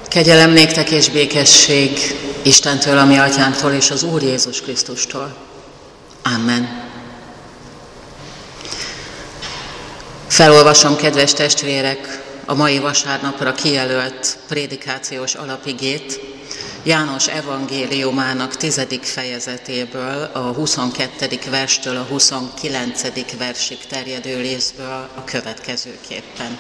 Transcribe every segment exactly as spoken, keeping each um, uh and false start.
Kegyelem néktek és békesség Istentől, a mi atyánktól és az Úr Jézus Krisztustól. Amen. Felolvasom, kedves testvérek, a mai vasárnapra kijelölt prédikációs alapigét János evangéliumának tizedik fejezetéből, a huszonkettedik verstől a huszonkilencedik versig terjedő részből a következőképpen.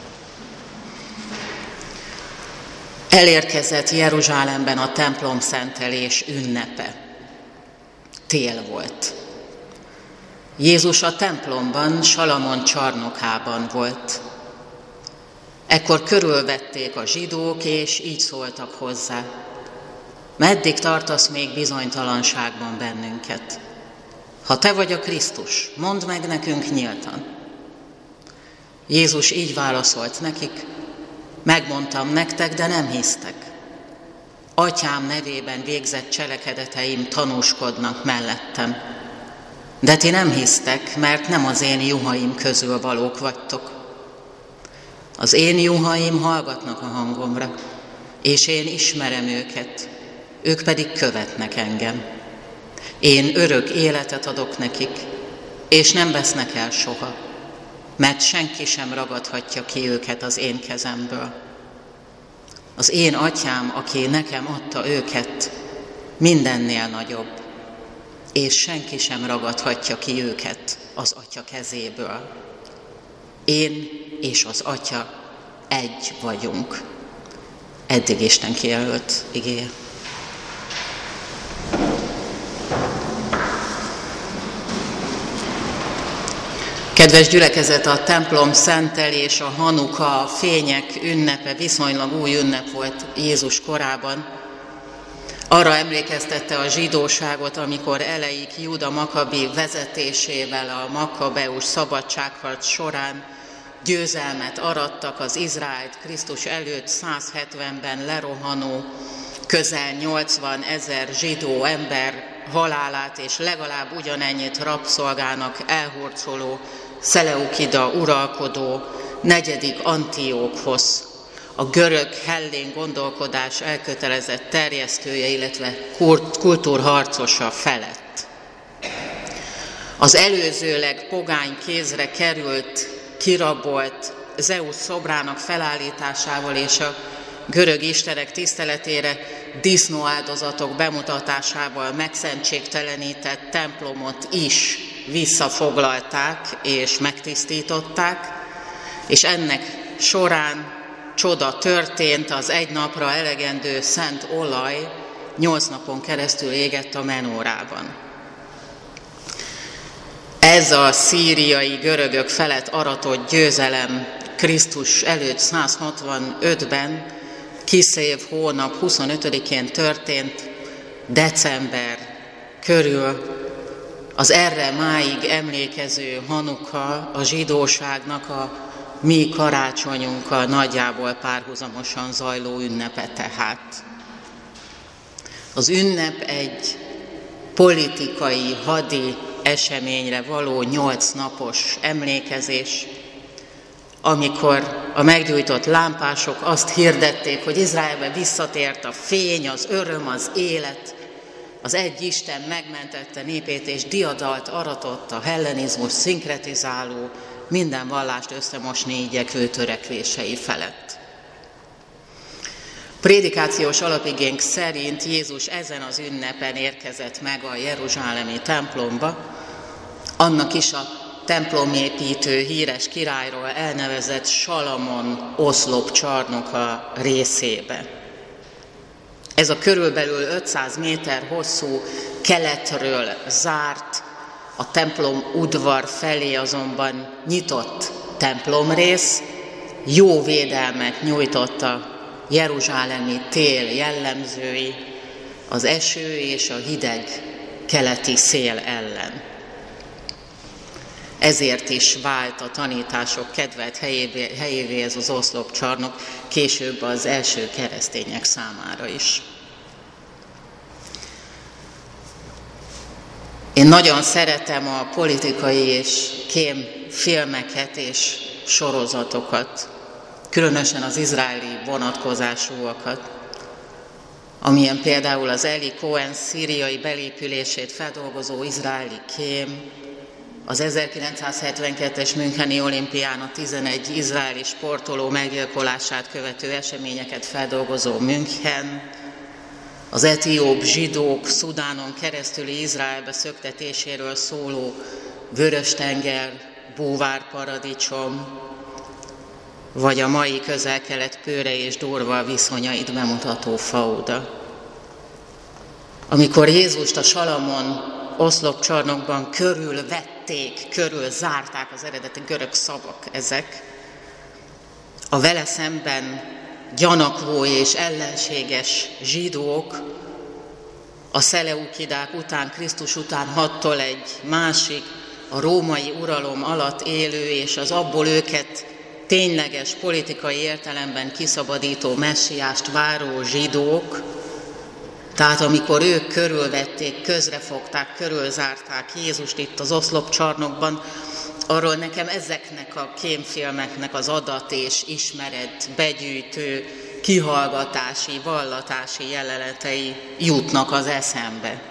Elérkezett Jeruzsálemben a templom szentelés ünnepe. Tél volt. Jézus a templomban, Salamon csarnokában volt. Ekkor körülvették a zsidók, és így szóltak hozzá: meddig tartasz még bizonytalanságban bennünket? Ha te vagy a Krisztus, mondd meg nekünk nyíltan. Jézus így válaszolt nekik: megmondtam nektek, de nem hisztek. Atyám nevében végzett cselekedeteim tanúskodnak mellettem. De ti nem hisztek, mert nem az én juhaim közül valók vagytok. Az én juhaim hallgatnak a hangomra, és én ismerem őket, ők pedig követnek engem. Én örök életet adok nekik, és nem vesznek el soha, mert senki sem ragadhatja ki őket az én kezemből. Az én atyám, aki nekem adta őket, mindennél nagyobb, és senki sem ragadhatja ki őket az atya kezéből. Én és az atya egy vagyunk. Eddig Isten kijelölt igéje. Kedves gyülekezet, a templom szentelés, a Hanuka, a fények ünnepe viszonylag új ünnep volt Jézus korában. Arra emlékeztette a zsidóságot, amikor eleik Júda Makabi vezetésével a Makabeus szabadságharc során győzelmet arattak az Izraelt Krisztus előtt száz hetvenben lerohanó, közel nyolcvan ezer zsidó ember halálát és legalább ugyanennyit rabszolgának elhurcoló Szeleukida uralkodó negyedik Antiókhoz, a görög hellén gondolkodás elkötelezett terjesztője, illetve kultúrharcosa felett. Az előzőleg pogány kézre került, kirabolt Zeusz szobrának felállításával és a görög istenek tiszteletére disznóáldozatok bemutatásával megszentségtelenített templomot is visszafoglalták és megtisztították, és ennek során csoda történt, az egy napra elegendő szent olaj nyolc napon keresztül égett a menórában. Ez a szíriai görögök felett aratott győzelem Krisztus előtt száz hatvanötben, Kiszév hónap huszonötödikén történt, december körül. Az erre máig emlékező Hanuka a zsidóságnak a mi karácsonyunkkal nagyjából párhuzamosan zajló ünnepe tehát. Az ünnep egy politikai, hadi eseményre való nyolc napos emlékezés, amikor a meggyújtott lámpások azt hirdették, hogy Izraelbe visszatért a fény, az öröm, az élet, az egy Isten megmentette népét és diadalt aratott a hellenizmus szinkretizáló, minden vallást összemosni igyekvő törekvései felett. Prédikációs alapigénk szerint Jézus ezen az ünnepen érkezett meg a jeruzsálemi templomba, annak is a templomépítő híres királyról elnevezett Salamon oszlop csarnoka részébe. Ez a körülbelül ötszáz méter hosszú, keletről zárt, a templom udvar felé azonban nyitott templomrész jó védelmet nyújtott a jeruzsálemi tél jellemzői, az eső és a hideg keleti szél ellen. Ezért is vált a tanítások kedvelt helyévé, helyévé ez az oszlopcsarnok, később az első keresztények számára is. Én nagyon szeretem a politikai és kém filmeket és sorozatokat. különösen az izraeli vonatkozásúakat, amilyen például az Eli Cohen szíriai belépülését feldolgozó izraeli kém, az ezerkilencszázhetvenkettes Müncheni olimpián a tizenegy izraeli sportoló meggyilkolását követő eseményeket feldolgozó München, az etióp zsidók Szudánon keresztüli Izraelbe szöktetéséről szóló Vörös-tenger, búvárparadicsom, vagy a mai Közel-Kelet pőre és durva viszonyait bemutató Fauda. Amikor Jézust a Salamon oszlopcsarnokban körülvették, körülzárták, az eredeti görög szavak ezek, a vele szemben gyanakvó és ellenséges zsidók a szeleukidák után, Krisztus után hattól egy másik, a római uralom alatt élő és az abból őket tényleges politikai értelemben kiszabadító messiást váró zsidók, tehát amikor ők körülvették, közrefogták, körülzárták Jézust itt az oszlopcsarnokban, arról nekem ezeknek a kémfilmeknek az adat és ismeret begyűjtő, kihallgatási, vallatási jelenetei jutnak az eszembe.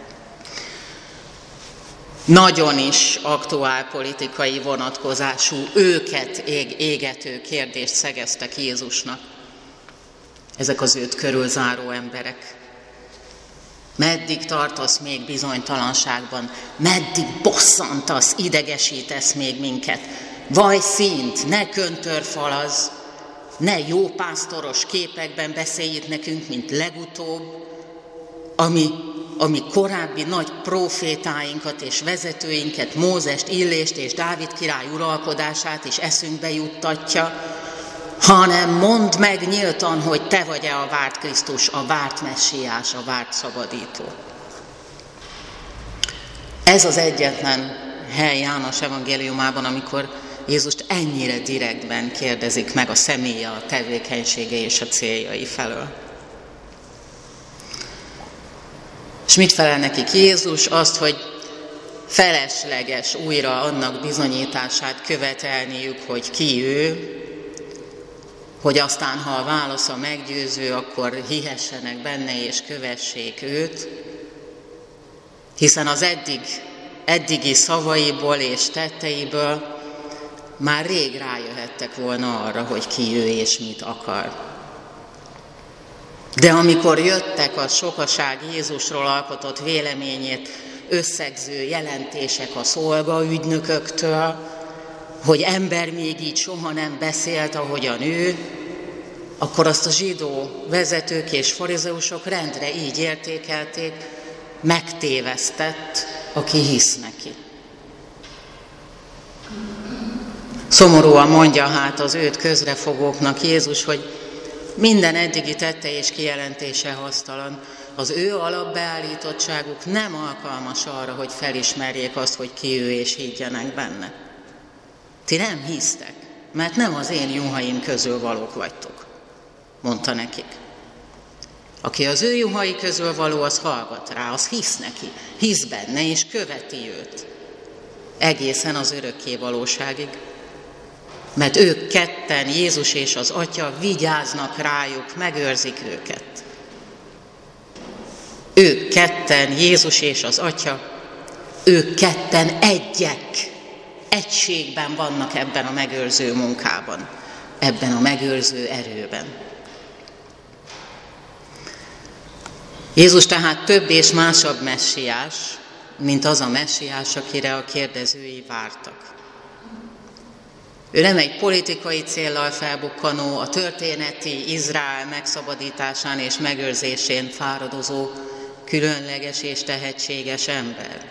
Nagyon is aktuálpolitikai vonatkozású, őket ég, égető kérdést szegeztek Jézusnak ezek az őt körülzáró emberek. Meddig tartasz még bizonytalanságban? Meddig bosszantasz, idegesítesz még minket? Vaj szint, ne köntörfalazz, ne jó pásztoros képekben beszélj itt nekünk, mint legutóbb, ami, ami korábbi nagy profétáinkat és vezetőinket, Mózest, Illést és Dávid király uralkodását is eszünkbe juttatja, hanem mondd meg nyíltan, hogy te vagy-e a várt Krisztus, a várt messiás, a várt szabadító. Ez az egyetlen hely János evangéliumában, amikor Jézust ennyire direktben kérdezik meg a személye, a tevékenysége és a céljai felől. És mit felel nekik Jézus? Azt, hogy felesleges újra annak bizonyítását követelniük, hogy ki ő, hogy aztán, ha a válasza meggyőző, akkor hihessenek benne és kövessék őt, hiszen az eddig, eddigi szavaiból és tetteiből már rég rájöhettek volna arra, hogy ki ő és mit akar. De amikor jöttek a sokaság Jézusról alkotott véleményét összegző jelentések a szolgaügynököktől, hogy ember még így soha nem beszélt, ahogyan ő, akkor azt a zsidó vezetők és farizeusok rendre így értékelték, megtévesztett, aki hisz neki. Szomorúan mondja hát az őt közrefogóknak Jézus, hogy minden eddigi tette és kijelentése hasztalan. Az ő alapbeállítottságuk nem alkalmas arra, hogy felismerjék azt, hogy ki ő és higgyenek benne. Ti nem hisztek, mert nem az én juhaim közül valók vagytok, mondta nekik. Aki az ő juhai közül való, az hallgat rá, az hisz neki, hisz benne és követi őt. Egészen az örökké valóságig. Mert ők ketten, Jézus és az Atya vigyáznak rájuk, megőrzik őket. Ők ketten, Jézus és az Atya, ők ketten egyek, egységben vannak ebben a megőrző munkában, ebben a megőrző erőben. Jézus tehát több és másabb messiás, mint az a messiás, akire a kérdezői vártak. Ő nem egy politikai céllal felbukkanó, a történeti Izrael megszabadításán és megőrzésén fáradozó, különleges és tehetséges ember.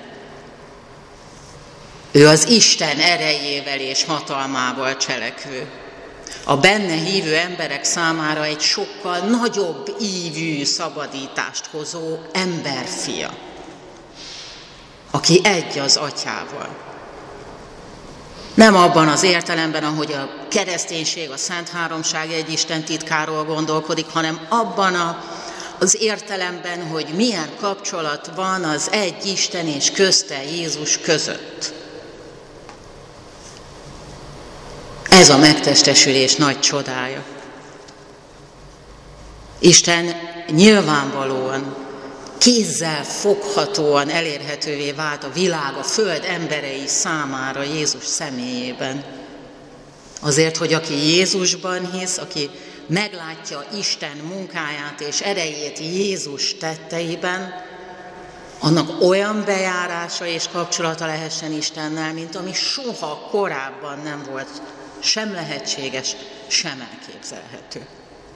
Ő az Isten erejével és hatalmával cselekvő. A benne hívő emberek számára egy sokkal nagyobb ívű szabadítást hozó emberfia, aki egy az Atyával. Nem abban az értelemben, ahogy a kereszténység, a Szent Háromság egy Isten titkáról gondolkodik, hanem abban a, az értelemben, hogy milyen kapcsolat van az egy Isten és közte Jézus között. Ez a megtestesülés nagy csodája. Isten nyilvánvalóan, kézzel foghatóan elérhetővé vált a világ, a föld emberei számára Jézus személyében. Azért, hogy aki Jézusban hisz, aki meglátja Isten munkáját és erejét Jézus tetteiben, annak olyan bejárása és kapcsolata lehessen Istennel, mint ami soha korábban nem volt sem lehetséges, sem elképzelhető.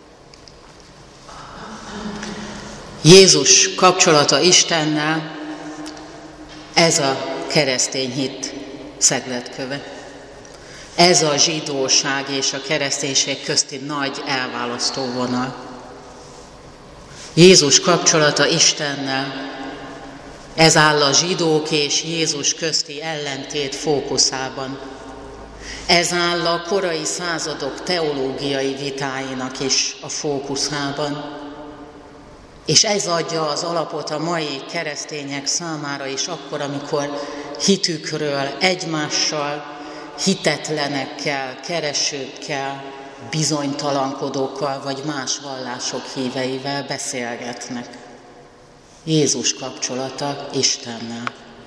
Jézus kapcsolata Istennel, ez a keresztény hit szegletköve. Ez a zsidóság és a kereszténység közti nagy elválasztó vonal. Jézus kapcsolata Istennel, ez áll a zsidók és Jézus közti ellentét fókuszában. Ez áll a korai századok teológiai vitáinak is a fókuszában. És ez adja az alapot a mai keresztények számára is akkor, amikor hitükről egymással, hitetlenekkel, keresőkkel, bizonytalankodókkal vagy más vallások híveivel beszélgetnek. Jézus kapcsolata Istennel.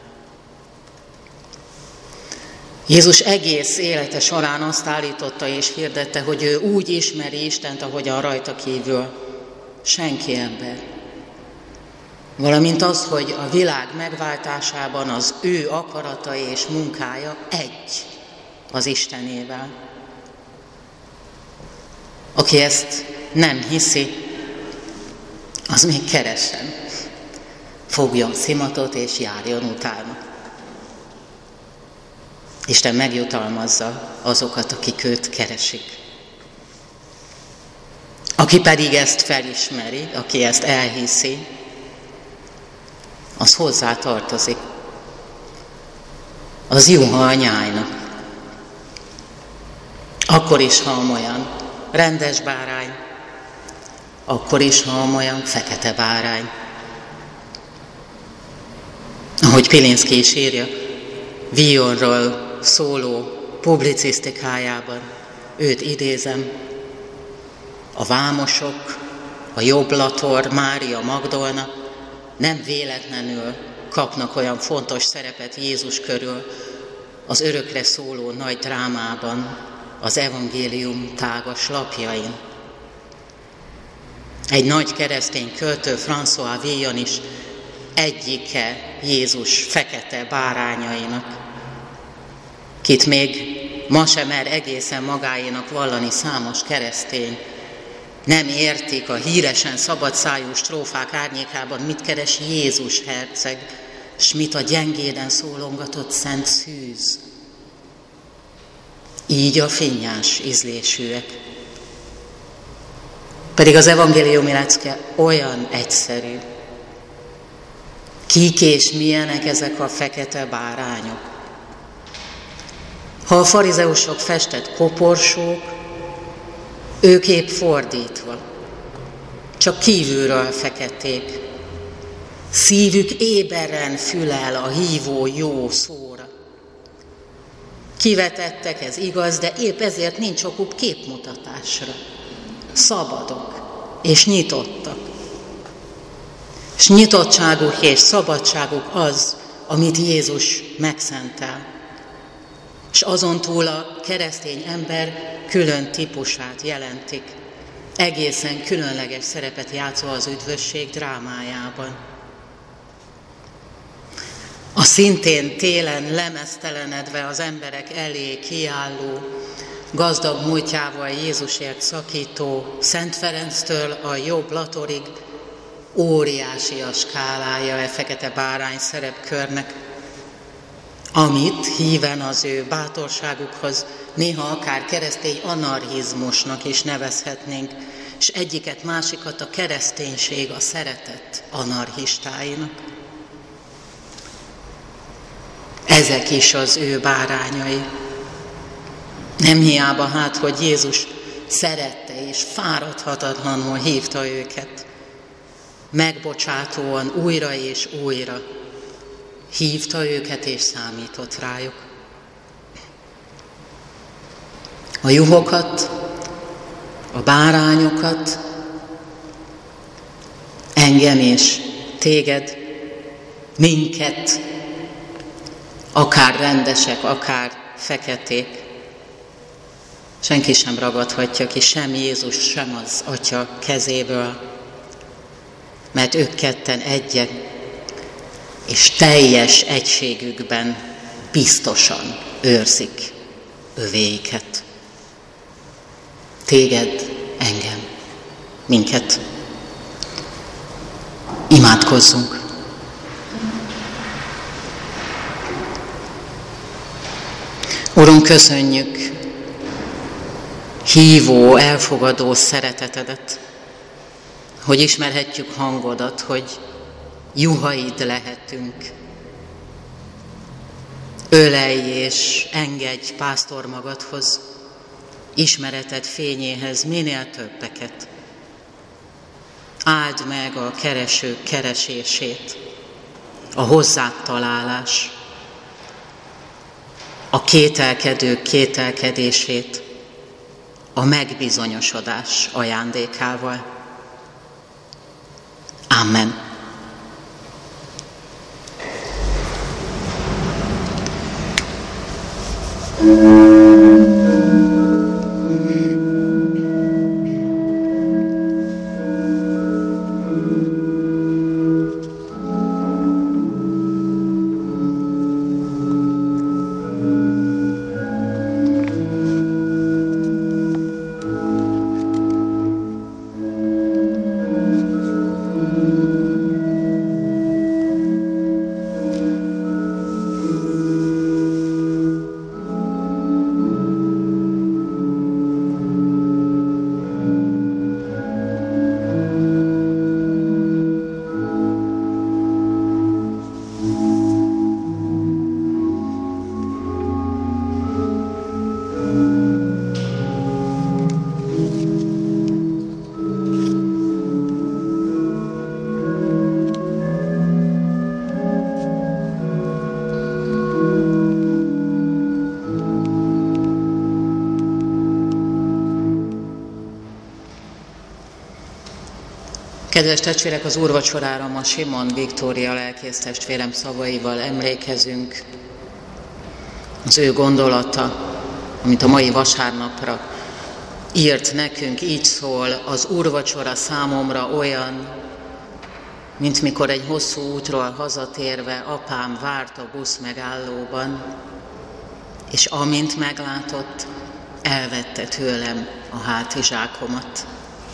Jézus egész élete során azt állította és hirdette, hogy ő úgy ismeri Istent, ahogyan rajta kívül senki ember. Valamint az, hogy a világ megváltásában az ő akarata és munkája egy az Istenével. Aki ezt nem hiszi, az még keressen. Fogjon szimatot és járjon utána. Isten megjutalmazza azokat, akik őt keresik. Aki pedig ezt felismeri, aki ezt elhiszi, az hozzá tartozik. Az juha a nyájnak. Akkor is, ha olyan rendes bárány, akkor is, ha olyan fekete bárány. Ahogy Pilinszky is írja, Villonról szóló publicisztikájában, őt idézem, a vámosok, a jobblator, Mária Magdolna nem véletlenül kapnak olyan fontos szerepet Jézus körül az örökre szóló nagy drámában, az evangélium tágas lapjain. Egy nagy keresztény költő, François Villon is egyike Jézus fekete bárányainak, kit még ma sem mer egészen magáénak vallani számos keresztény. Nem értik a híresen szabadszájú strófák árnyékában, mit keres Jézus herceg, s mit a gyengéden szólongatott szent szűz. Így a finnyás ízlésűek. Pedig az evangéliumi lecke olyan egyszerű. Kik és milyenek ezek a fekete bárányok? Ha a farizeusok festett koporsók, ők épp fordítva, csak kívülről feketék. Szívük éberen fülel a hívó jó szóra. Kivetettek, ez igaz, de épp ezért nincs okuk képmutatásra. Szabadok és nyitottak. És nyitottságuk és szabadságuk az, amit Jézus megszentel. És azon túl a keresztény ember külön típusát jelentik, egészen különleges szerepet játszva az üdvösség drámájában. A szintén télen lemeztelenedve az emberek elé kiálló, gazdag múltjával Jézusért szakító Szent Ferenctől a jobb latorig óriási a skálája e fekete bárány szerepkörnek, amit híven az ő bátorságukhoz néha akár keresztény anarchizmusnak is nevezhetnénk, és egyiket másikat a kereszténység a szeretet anarchistáinak. Ezek is az ő bárányai. Nem hiába hát, hogy Jézus szerette és fáradhatatlanul hívta őket. Megbocsátóan újra és újra hívta őket és számított rájuk. a juhokat, a bárányokat, engem és téged, minket, akár rendesek, akár feketék. Senki sem ragadhatja ki sem Jézus, sem az Atya kezéből, mert ők ketten egyek, és teljes egységükben biztosan őrzik övéiket. Téged, engem, minket. Imádkozzunk! Urunk, köszönjük hívó, elfogadó szeretetedet, hogy ismerhetjük hangodat, hogy juhaid lehetünk. Ölelj és engedj pásztor magadhoz, ismereted fényéhez minél többeket. Áld meg a keresők keresését, a hozzád találás, a kételkedők kételkedését, a megbizonyosodás ajándékával. Amen. Kedves testvérek, az úrvacsorára ma Simon Viktória lelkész testvérem szavaival emlékezünk. Az ő gondolata, amit a mai vasárnapra írt nekünk, így szól: az úrvacsora számomra olyan, mint mikor egy hosszú útról hazatérve apám várt a busz megállóban, és amint meglátott, elvette tőlem a hátizsákomat.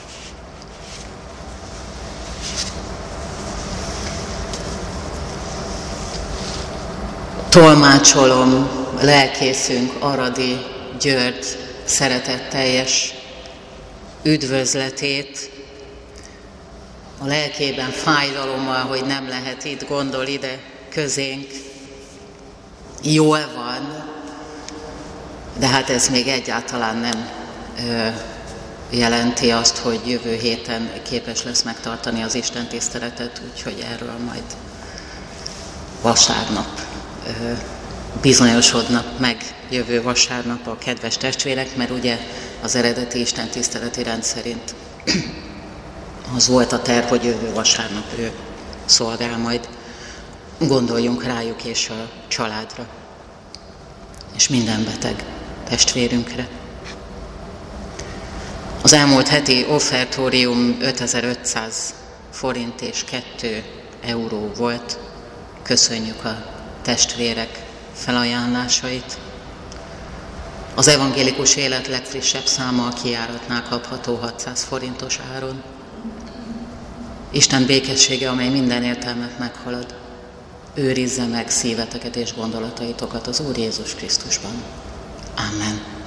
Tolmácsolom lelkészünk Aradi György szeretetteljes üdvözletét. A lelkében fájdalommal, hogy nem lehet itt, gondol ide közénk. Jól van, de hát ez még egyáltalán nem ö, jelenti azt, hogy jövő héten képes lesz megtartani az Isten tiszteletet, úgyhogy erről majd vasárnap bizonyosodnak meg jövő vasárnap a kedves testvérek, mert ugye az eredeti Isten tiszteleti rend szerint az volt a terv, hogy jövő vasárnap ő szolgál majd. Gondoljunk rájuk és a családra, és minden beteg testvérünkre. Az elmúlt heti offertórium ötezer-ötszáz forint és két euró volt. Köszönjük a testvérek felajánlásait. Az evangélikus élet legfrissebb száma a kijáratnál kapható hatszáz forintos áron. Isten békessége, amely minden értelmet meghalad, őrizze meg szíveteket és gondolataitokat az Úr Jézus Krisztusban. Amen.